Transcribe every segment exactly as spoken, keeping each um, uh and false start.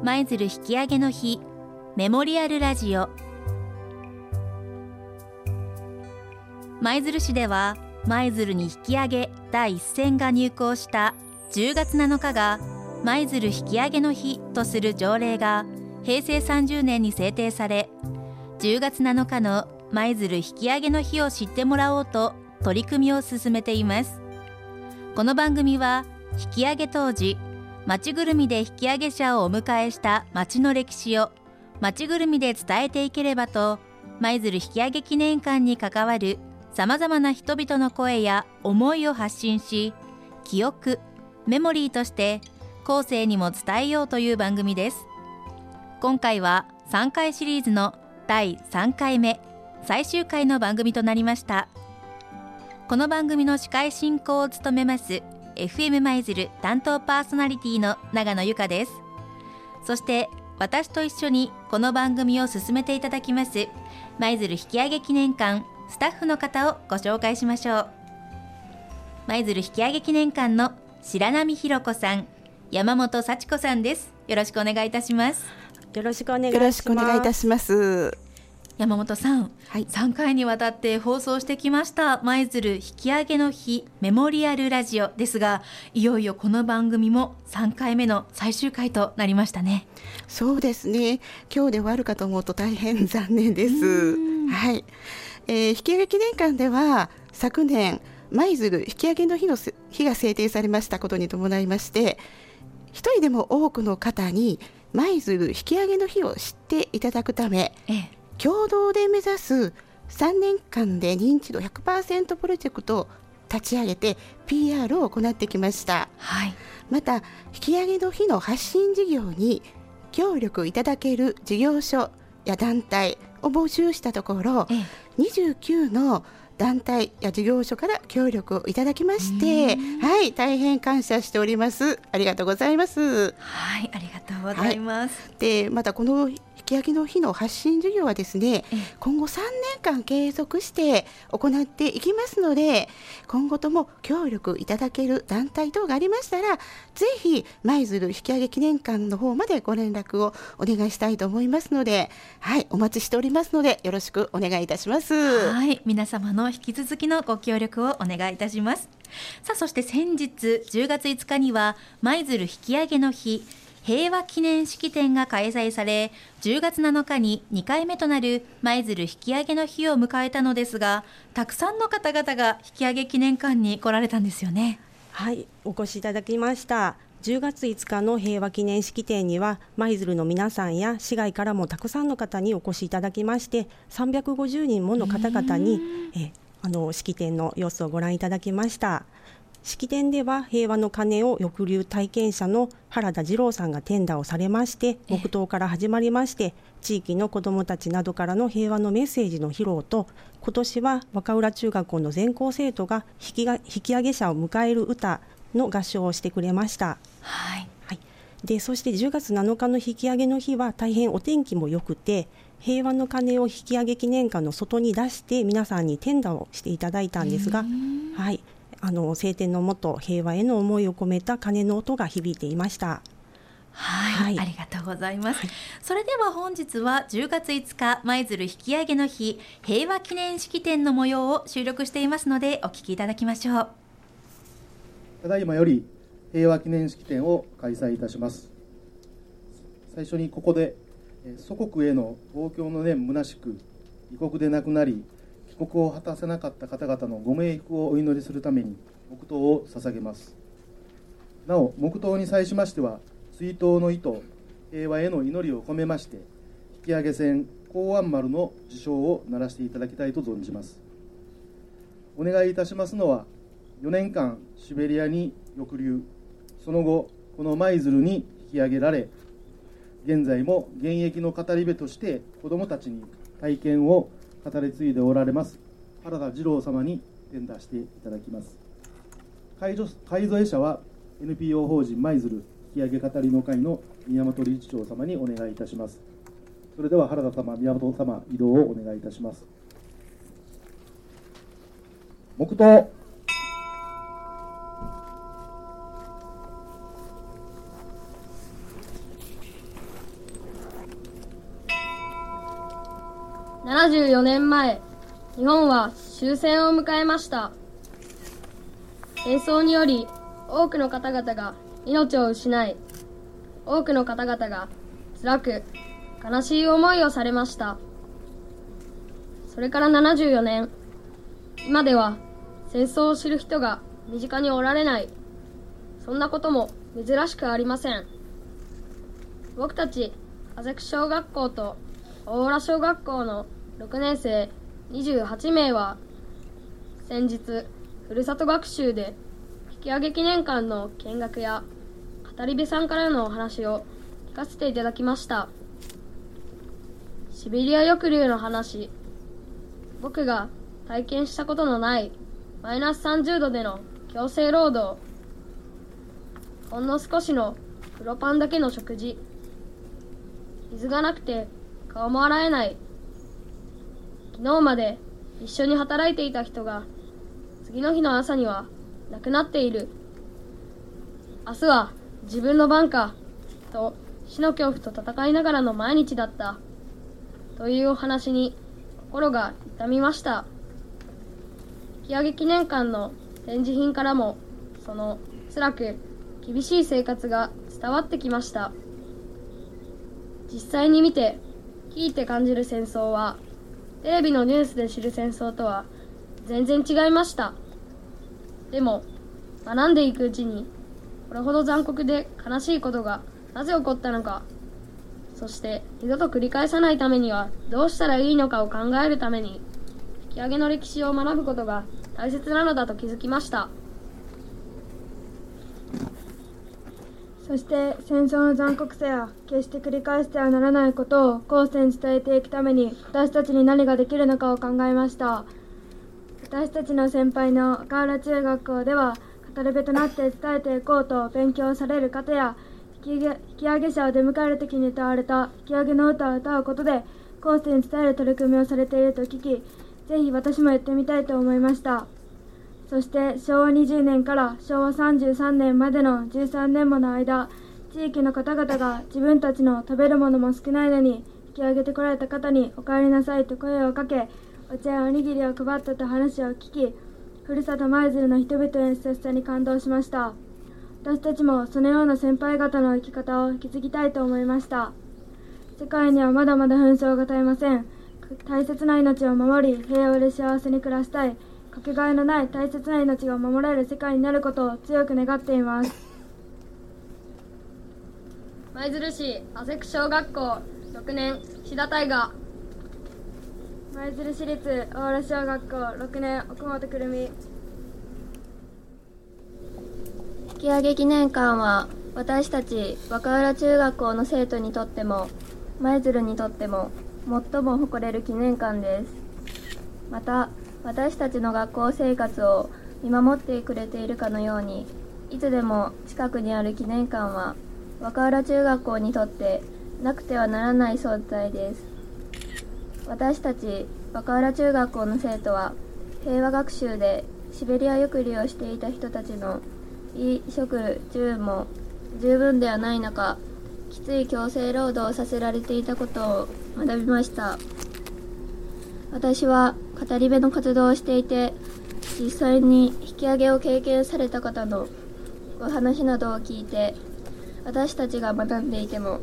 舞鶴引き上げの日メモリアルラジオ。舞鶴市では舞鶴に引き上げ第一線が入港したじゅうがつなのかが舞鶴引き上げの日とする条例がへいせいさんじゅうねんに制定され、じゅうがつなのかの舞鶴引き上げの日を知ってもらおうと取り組みを進めています。この番組は引き上げ当時、町ぐるみで引き上げ者をお迎えした町の歴史を町ぐるみで伝えていければと、舞鶴引き上げ記念館に関わるさまざまな人々の声や思いを発信し、記憶、メモリーとして後世にも伝えようという番組です。今回はさんかいシリーズのだいさんかいめ、最終回の番組となりました。この番組の司会進行を務めます エフエム 舞鶴担当パーソナリティの長野由香です。そして私と一緒にこの番組を進めていただきます舞鶴引き上げ記念館スタッフの方をご紹介しましょう。舞鶴引き上げ記念館の白波ひろ子さん、山本幸子さんです。よろしくお願いいたします。 よろしくお願いします。よろしくお願いいたします。 山本さん、はい、さんかいにわたって放送してきました舞鶴引き上げの日メモリアルラジオですが、いよいよこの番組もさんかいめの最終回となりましたね。 そうですね、今日で終わるかと思うと大変残念です。はい、えー、引き上げ記念館では昨年舞鶴引き上げの日の日が制定されましたことに伴いまして、一人でも多くの方に舞鶴引き上げの日を知っていただくため、ええ、共同で目指すさんねんかんで認知度 ひゃくパーセント プロジェクトを立ち上げて ピーアール を行ってきました。はい、また引き上げの日の発信事業に協力いただける事業所や団体を募集したところ、ええ、にじゅうきゅうの団体や事業所から協力をいただきまして、はい、大変感謝しております。ありがとうございます。 はい、ありがとうございます。 はい、でまたこの引き上げの日の発信事業はですね、今後さんねんかん継続して行っていきますので、今後とも協力いただける団体等がありましたら、ぜひ舞鶴引き上げ記念館の方までご連絡をお願いしたいと思いますので、はい、お待ちしておりますのでよろしくお願いいたします。 はい、皆様の引き続きのご協力をお願いいたします。さあ、そして先日じゅうがついつかには舞鶴引き上げの日平和記念式典が開催され、じゅうがつなのかににかいめとなる舞鶴引き上げの日を迎えたのですが、たくさんの方々が引き上げ記念館に来られたんですよね。 はい、お越しいただきました。じゅうがついつかの平和記念式典には舞鶴の皆さんや市外からもたくさんの方にお越しいただきまして、さんびゃくごじゅうにんもの方々にえあの式典の様子をご覧いただきました。式典では平和の鐘を抑留体験者の原田二郎さんが天打をされまして、黙祷から始まりまして、地域の子どもたちなどからの平和のメッセージの披露と、今年は若浦中学校の全校生徒が引きが引き上げ者を迎える歌の合唱をしてくれました。はいはい、でそしてじゅうがつなのかの引き上げの日は大変お天気も良くて、平和の鐘を引き上げ記念館の外に出して皆さんに天打をしていただいたんですが、はい、あの晴天の下平和への思いを込めた鐘の音が響いていました。 はい、はい、ありがとうございます。はい、それでは本日はじゅうがついつか舞鶴引き上げの日平和記念式典の模様を収録していますのでお聞きいただきましょう。 ただいまより平和記念式典を開催いたします。最初にここで祖国への望郷の念むなしく、異国で亡くなり帰国を果たせなかった方々のご冥福をお祈りするために黙祷を捧げます。なお黙祷に際しましては、追悼の意と平和への祈りを込めまして、引き上げ船港湾丸の受章を鳴らしていただきたいと存じます。お願いいたしますのは、よねんかんシベリアに抑留、その後この舞鶴に引き上げられ、現在も現役の語り部として子どもたちに体験を語り継いでおられます原田二郎様に伝達していただきます。介添者は エヌピーオー 法人舞鶴引き上げ語りの会の宮本理事長様にお願いいたします。それでは原田様、宮本様、移動をお願いいたします。黙祷。 ななじゅうよねんまえ、日本は終戦を迎えました。戦争により多くの方々が命を失い、多くの方々が辛く悲しい思いをされました。それからななじゅうよねん、今では戦争を知る人が身近におられない、そんなことも珍しくありません。僕たち阿世区小学校と大浦小学校のろくねんせいにじゅうはちめいは先日ふるさと学習で引き上げ記念館の見学や語り部さんからのお話を聞かせていただきました。シベリア抑留の話、僕が体験したことのないマイナスさんじゅうどでの強制労働、ほんの少しの黒パンだけの食事、水がなくて顔も洗えない、昨日まで一緒に働いていた人が次の日の朝には亡くなっている、明日は自分の番かと死の恐怖と戦いながらの毎日だったというお話に心が痛みました。引き上げ記念館の展示品からもその辛く厳しい生活が伝わってきました。実際に見て聞いて感じる戦争はテレビのニュースで知る戦争とは全然違いました。でも学んでいくうちにこれほど残酷で悲しいことがなぜ起こったのか、そして二度と繰り返さないためにはどうしたらいいのかを考えるために引き上げの歴史を学ぶことが大切なのだと気づきました。 そして戦争の残酷さや決して繰り返してはならないことを後世に伝えていくために私たちに何ができるのかを考えました。私たちの先輩の赤浦中学校では語る部となって伝えていこうと勉強される方や引き上げ、引き上げ者を出迎える時に歌われた引き上げの歌を歌うことで後世に伝える取り組みをされていると聞き、ぜひ私もやってみたいと思いました。そしてしょうわにじゅうねんからしょうわさんじゅうさんねんまでのじゅうさんねんもの間、地域の方々が自分たちの食べるものも少ないのに引き上げてこられた方にお帰りなさいと声をかけ、お茶やおにぎりを配ったと話を聞き、ふるさと舞鶴の人々の優しさに感動しました。私たちもそのような先輩方の生き方を引き継ぎたいと思いました。世界にはまだまだ紛争が絶えません。大切な命を守り、平和で幸せに暮らしたい、かけがえのない大切な命が守られる世界になることを強く願っています。 舞鶴市阿世区小学校ろくねん志田大我。 舞鶴市立大浦小学校ろくねん奥本くるみ。 引き上げ記念館は私たち若浦中学校の生徒にとっても舞鶴にとっても最も誇れる記念館です。また私たちの学校生活を見守ってくれているかのように、いつでも近くにある記念館は若浦中学校にとってなくてはならない存在です。私たち若浦中学校の生徒は平和学習でシベリア抑留をしていた人たちの衣食住も十分ではない中、きつい強制労働をさせられていたことを学びました。私は語り部の活動をしていて、実際に引き上げを経験された方のお話などを聞いて、私たちが学んでいても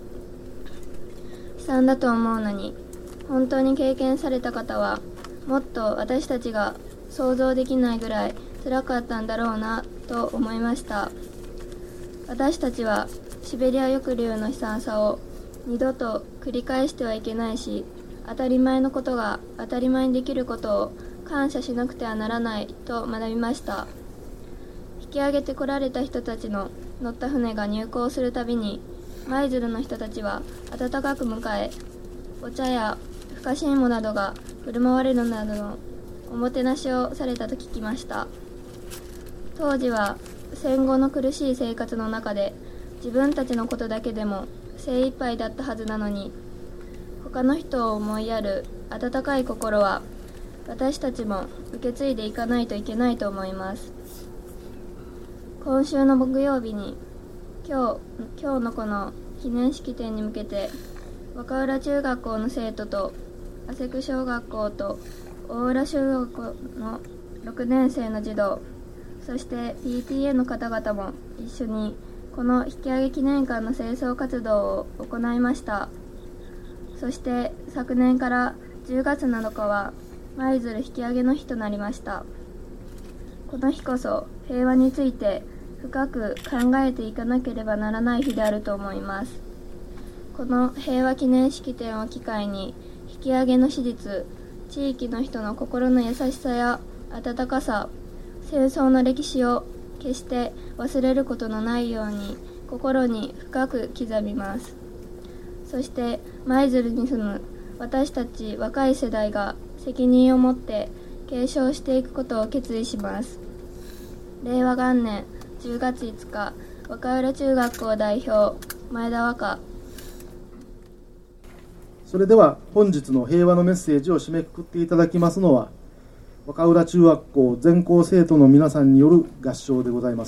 悲惨だと思うのに、本当に経験された方はもっと私たちが想像できないぐらい辛かったんだろうなと思いました。私たちはシベリア抑留の悲惨さを二度と繰り返してはいけないし、当たり前のことが当たり前にできることを感謝しなくてはならないと学びました。引き上げてこられた人たちの乗った船が入港するたびに、舞鶴の人たちは温かく迎え、お茶やふかし芋などが振る舞われるなどのおもてなしをされたと聞きました。当時は戦後の苦しい生活の中で自分たちのことだけでも精一杯だったはずなのに、他の人を思いやる温かい心は私たちも受け継いでいかないといけないと思います。今週の木曜日に今日、今日のこの記念式典に向けて若浦中学校の生徒と阿世区小学校と大浦小学校のろくねん生の児童、そして ピーティーエー の方々も一緒にこの引き上げ記念館の清掃活動を行いました。そして昨年からじゅうがつなのかは舞鶴引き上げの日となりました。この日こそ平和について深く考えていかなければならない日であると思います。この平和記念式典を機会に引き上げの史実、地域の人の心の優しさや温かさ、戦争の歴史を決して忘れることのないように心に深く刻みます。そして舞鶴に住む私たち若い世代が責任を持って継承していくことを決意します。令和元年じゅうがついつか、若浦中学校代表前田和歌。 それでは本日の平和のメッセージを締めくくっていただきますのは、若浦中学校全校生徒の皆さんによる合唱でございます。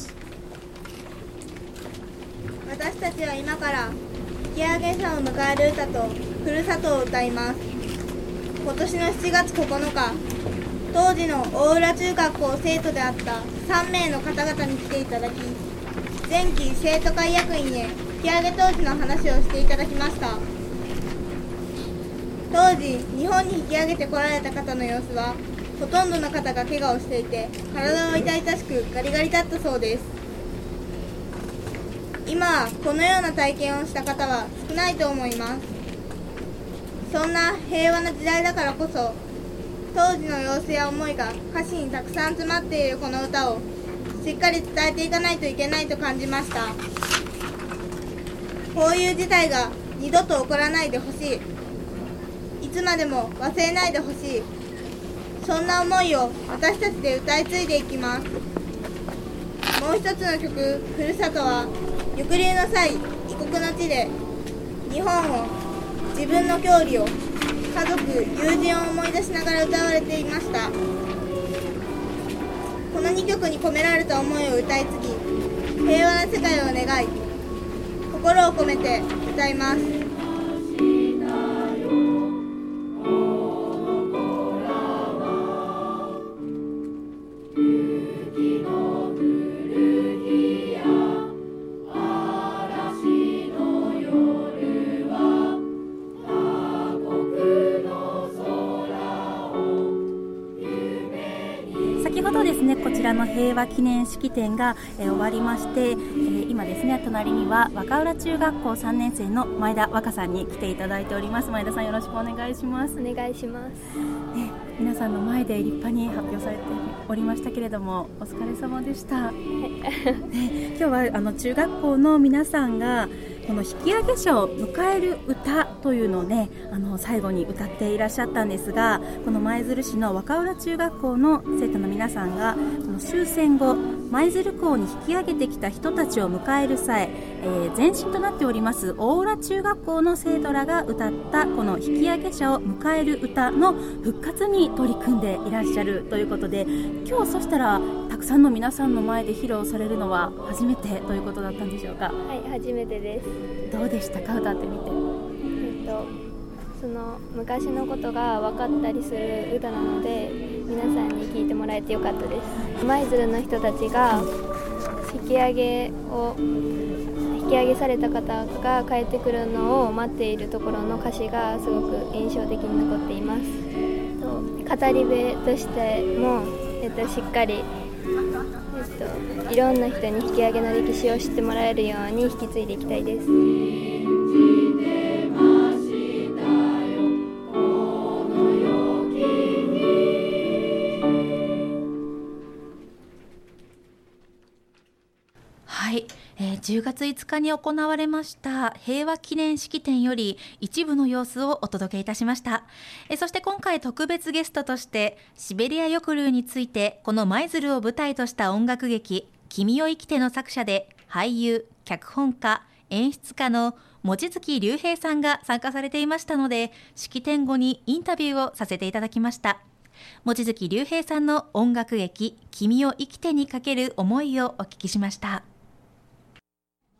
私たちは今から引き上げ者を迎える歌とふるさとを歌います。今年のしちがつここのか、当時の大浦中学校生徒であったさんめいの方々に来ていただき、前期生徒会役員へ引き上げ当時の話をしていただきました。当時日本に引き上げてこられた方の様子は、ほとんどの方が怪我をしていて体は痛々しくガリガリだったそうです。今はこのような体験をした方は少ないと思います。そんな平和な時代だからこそ、当時の様子や思いが歌詞にたくさん詰まっているこの歌をしっかり伝えていかないといけないと感じました。こういう事態が二度と起こらないでほしい、いつまでも忘れないでほしい、そんな思いを私たちで歌い継いでいきます。もう一つの曲「ふるさと」は抑留の際、異国の地で日本を、自分の郷里を、家族、友人を思い出しながら歌われていました。このにきょくに込められた思いを歌い継ぎ、平和な世界を願い、心を込めて歌います。 先ほどですね、こちらの平和記念式典が、えー、終わりまして、えー、今ですね、隣には若浦中学校さんねん生の前田和歌さんに来ていただいております。前田さん、よろしくお願いします。 お願いします、 ね、皆さんの前で立派に発表されておりましたけれども、お疲れ様でした、はいね、今日はあの中学校の皆さんがこの引き上げ者を迎える歌というのをね、あの最後に歌っていらっしゃったんですが、この舞鶴市の若浦中学校の生徒の皆さんがこの終戦後舞鶴校に引き上げてきた人たちを迎える際、えー、前身となっております大浦中学校の生徒らが歌ったこの引き上げ者を迎える歌の復活に取り組んでいらっしゃるということで、今日そしたらたくさんの皆さんの前で披露されるのは初めてということだったんでしょうか。 はい、初めてです。 どうでしたか、歌ってみて。 えっと、その昔のことが分かったりする歌なので、皆さんに聴いてもらえてよかったです。舞鶴の人たちが引き上げを引き上げされた方が帰ってくるのを待っているところの歌詞がすごく印象的に残っています。と語り部としても、えっと、しっかりえっと、いろんな人に引き上げの歴史を知ってもらえるように引き継いでいきたいです。 はい、えー、じゅうがついつかに行われました平和記念式典より一部の様子をお届けいたしました。えー、そして今回特別ゲストとしてシベリア抑留についてこの舞鶴を舞台とした音楽劇君を生きての作者で俳優、脚本家、演出家の望月龍平さんが参加されていましたので、式典後にインタビューをさせていただきました。望月龍平さんの音楽劇君を生きてにかける思いをお聞きしました。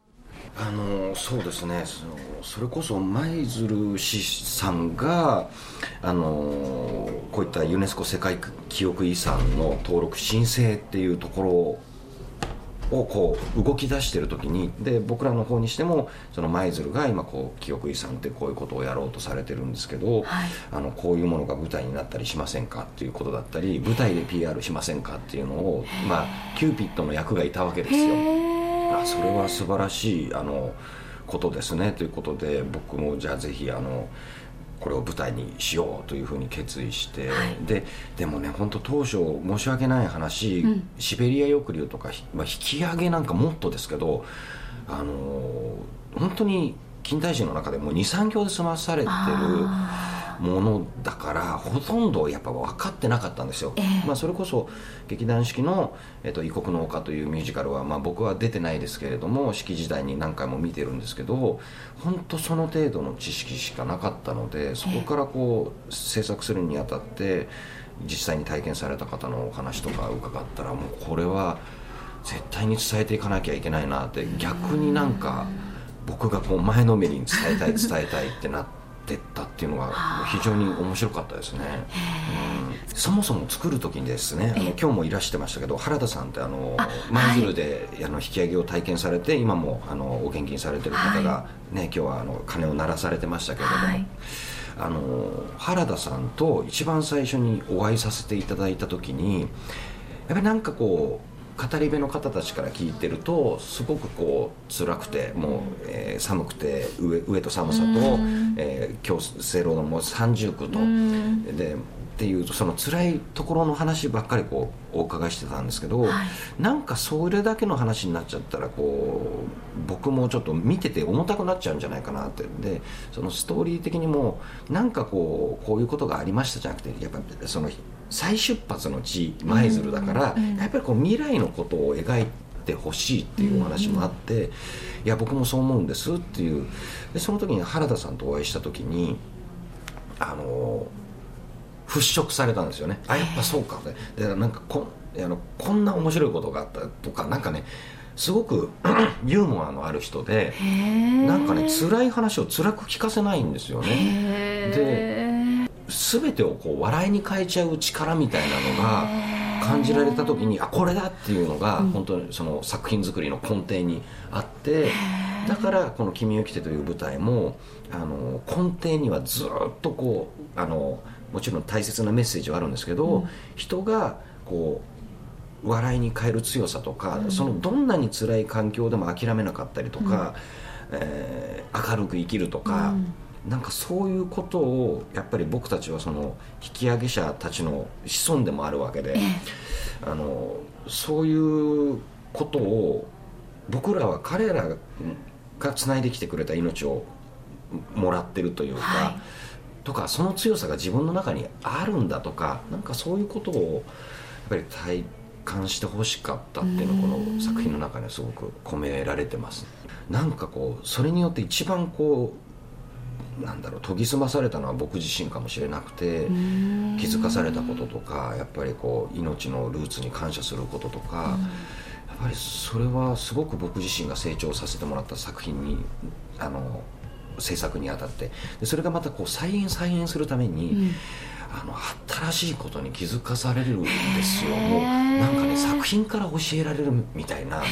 あのそうですね、そのそれこそ舞鶴市さんがあのこういったユネスコ世界記憶遺産の登録申請っていうところをこう動き出している時に、で僕らの方にしてもその舞鶴が今こう記憶遺産ってこういうことをやろうとされてるんですけど、はい、あのこういうものが舞台になったりしませんかっていうことだったり、舞台で ピーアール しませんかっていうのを、まあ、キューピッドの役がいたわけですよ。あ、それは素晴らしいあのことですねということで、僕もじゃあぜひあのこれを舞台にしようというふうに決意して、はい、で, でもね本当当初申し訳ない話、うん、シベリア抑留とか、まあ、引き上げなんかもっとですけど、あの本当に近代史の中でもにさん行で済まされてるものだからほとんどやっぱ分かってなかったんですよ、えーまあ、それこそ劇団四季の、えっと、異国の丘というミュージカルは、まあ、僕は出てないですけれども四季時代に何回も見てるんですけど、本当その程度の知識しかなかったので、そこからこう制作するにあたって実際に体験された方のお話とか伺ったら、もうこれは絶対に伝えていかなきゃいけないなって、逆になんか僕がこう前のめりに伝えたい伝えたいってなってってったっていうのが非常に面白かったですね、うん、そもそも作る時にですね、あの今日もいらしてましたけど、原田さんってあの舞鶴で、はい、あの引き上げを体験されて今もあのお元気にされてる方が、ね、はい、今日はあの鐘を鳴らされてましたけれども、はい、あの原田さんと一番最初にお会いさせていただいた時にやっぱりなんかこう語り部の方たちから聞いてるとすごくこう辛くてもう、えー、寒くて上、上と寒さと、えー、強制労働も三重苦とでっていうその辛いところの話ばっかりこうお伺いしてたんですけど、はい、なんかそれだけの話になっちゃったらこう僕もちょっと見てて重たくなっちゃうんじゃないかなって。でそのストーリー的にもなんかこうこういうことがありましたじゃなくて、やっぱりその再出発の地舞鶴だから、うんうん、やっぱりこう未来のことを描いてほしいっていうお話もあって、うんうん、いや僕もそう思うんですっていう。でその時に原田さんとお会いした時にあの払拭されたんですよね。あ、やっぱそうか。でなんかこあのこんな面白いことがあったとか、なんかねすごくユーモアのある人で、なんかね辛い話を辛く聞かせないんですよね。で全てをこう笑いに変えちゃう力みたいなのが感じられた時に、あこれだっていうのが本当にその作品作りの根底にあって、だからこの「君を来て」という舞台もあの根底にはずっとこうあのもちろん大切なメッセージはあるんですけど、うん、人がこう笑いに変える強さとか、うん、そのどんなに辛い環境でも諦めなかったりとか、うん、えー、明るく生きるとか、うん、なんかそういうことをやっぱり僕たちはその引き上げ者たちの子孫でもあるわけで、あのそういうことを僕らは彼らがつないできてくれた命をもらってるというか、はい、とかその強さが自分の中にあるんだとか、なんかそういうことをやっぱり体感してほしかったっていうのをこの作品の中にはすごく込められてます。なんかこうそれによって一番こうなんだろう研ぎ澄まされたのは僕自身かもしれなくて、気づかされたこととか、やっぱりこう命のルーツに感謝することとか、やっぱりそれはすごく僕自身が成長させてもらった作品にあの制作にあたって、でそれがまたこう再現再現するために、うん、あの新しいことに気づかされるんですよ。もうなんかね作品から教えられるみたいな。だ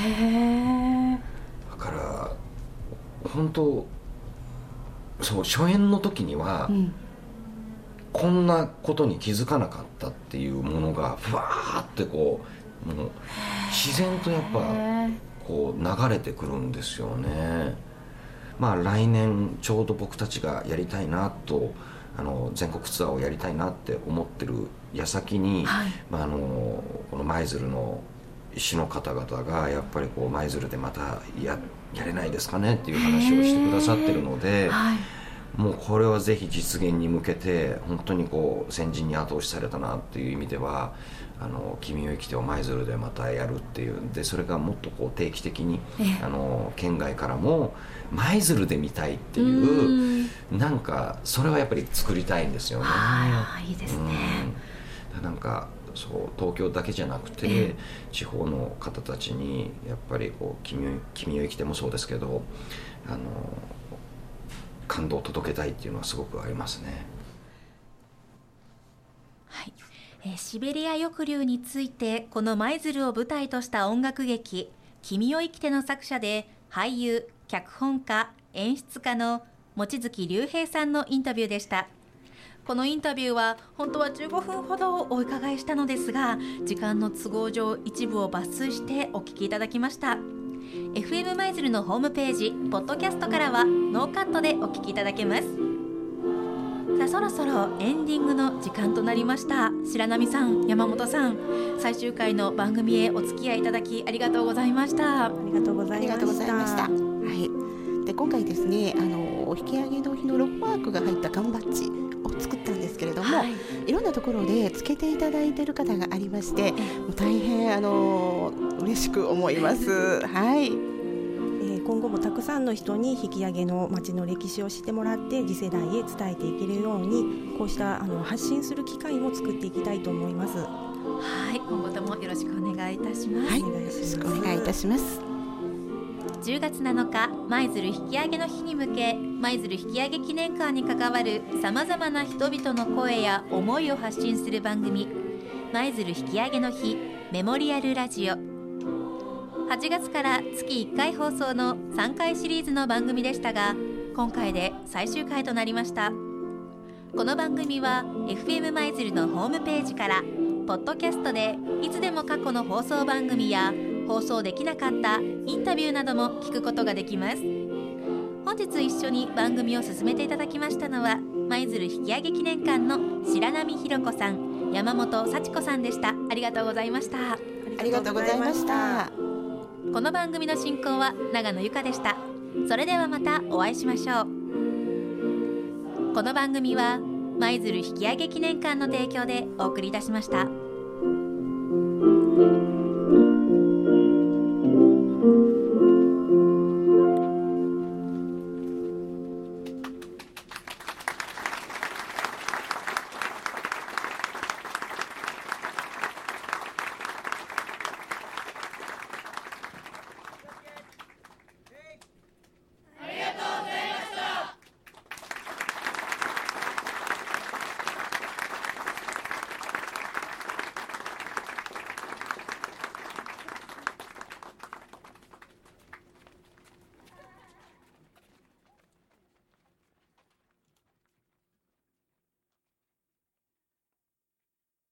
から本当そう初演の時には、うん、こんなことに気づかなかったっていうものがふわーってこうもう自然とやっぱこう流れてくるんですよね。まあ来年ちょうど僕たちがやりたいなとあの全国ツアーをやりたいなって思ってる矢先に、はい、まあ、あのこの舞鶴の医師の方々がやっぱりこう舞鶴でまた や, やれないですかねっていう話をしてくださってるので、はい、もうこれはぜひ実現に向けて本当にこう先人に後押しされたなっていう意味では、あの君を生きてを舞鶴でまたやるっていう、でそれがもっとこう定期的にあの県外からも舞鶴で見たいっていう、うなんかそれはやっぱり作りたいんですよね。 あ、いいですね。 うん、なんかそう東京だけじゃなくて、えー、地方の方たちにやっぱりこう君を、君を生きてもそうですけど、あの感動を届けたいっていうのはすごくありますね。 はい、えー、シベリア抑留についてこの舞鶴を舞台とした音楽劇君を生きての作者で俳優、脚本家、演出家の望月龍平さんのインタビューでした。このインタビューは本当はじゅうごふんほどお伺いしたのですが、時間の都合上一部を抜粋してお聞きいただきました。 エフエム 舞鶴のホームページポッドキャストからはノーカットでお聞きいただけます。さあそろそろエンディングの時間となりました。白波さん、山本さん、最終回の番組へお付き合いいただきありがとうございました。 ありがとうございました。 はい、で今回ですね、あの引き上げの日のロゴマークが入った缶バッジを作ったんですけれども、はい、いろんなところでつけていただいている方がありまして、もう大変あの嬉しく思います。はい、 今後もたくさんの人に引き上げの町の歴史を知ってもらって次世代へ伝えていけるように、こうしたあの発信する機会も作っていきたいと思います。 はい、今後ともよろしくお願いいたします。 はい、よろしくお願いいたします。 じゅうがつなのか舞鶴引き上げの日に向け、舞鶴引き上げ記念館に関わるさまざまな人々の声や思いを発信する番組、舞鶴引き上げの日メモリアルラジオ。はちがつから月いっかい放送のさんかいシリーズの番組でしたが、今回で最終回となりました。この番組は エフエム 舞鶴のホームページからポッドキャストでいつでも過去の放送番組や放送できなかったインタビューなども聞くことができます。本日一緒に番組を進めていただきましたのは舞鶴引き上げ記念館の白波ひろ子さん、山本幸子さんでした。ありがとうございました。 ありがとうございました。 この番組の進行は長野由香でした。それではまたお会いしましょう。この番組は舞鶴引き上げ記念館の提供でお送りいたしました。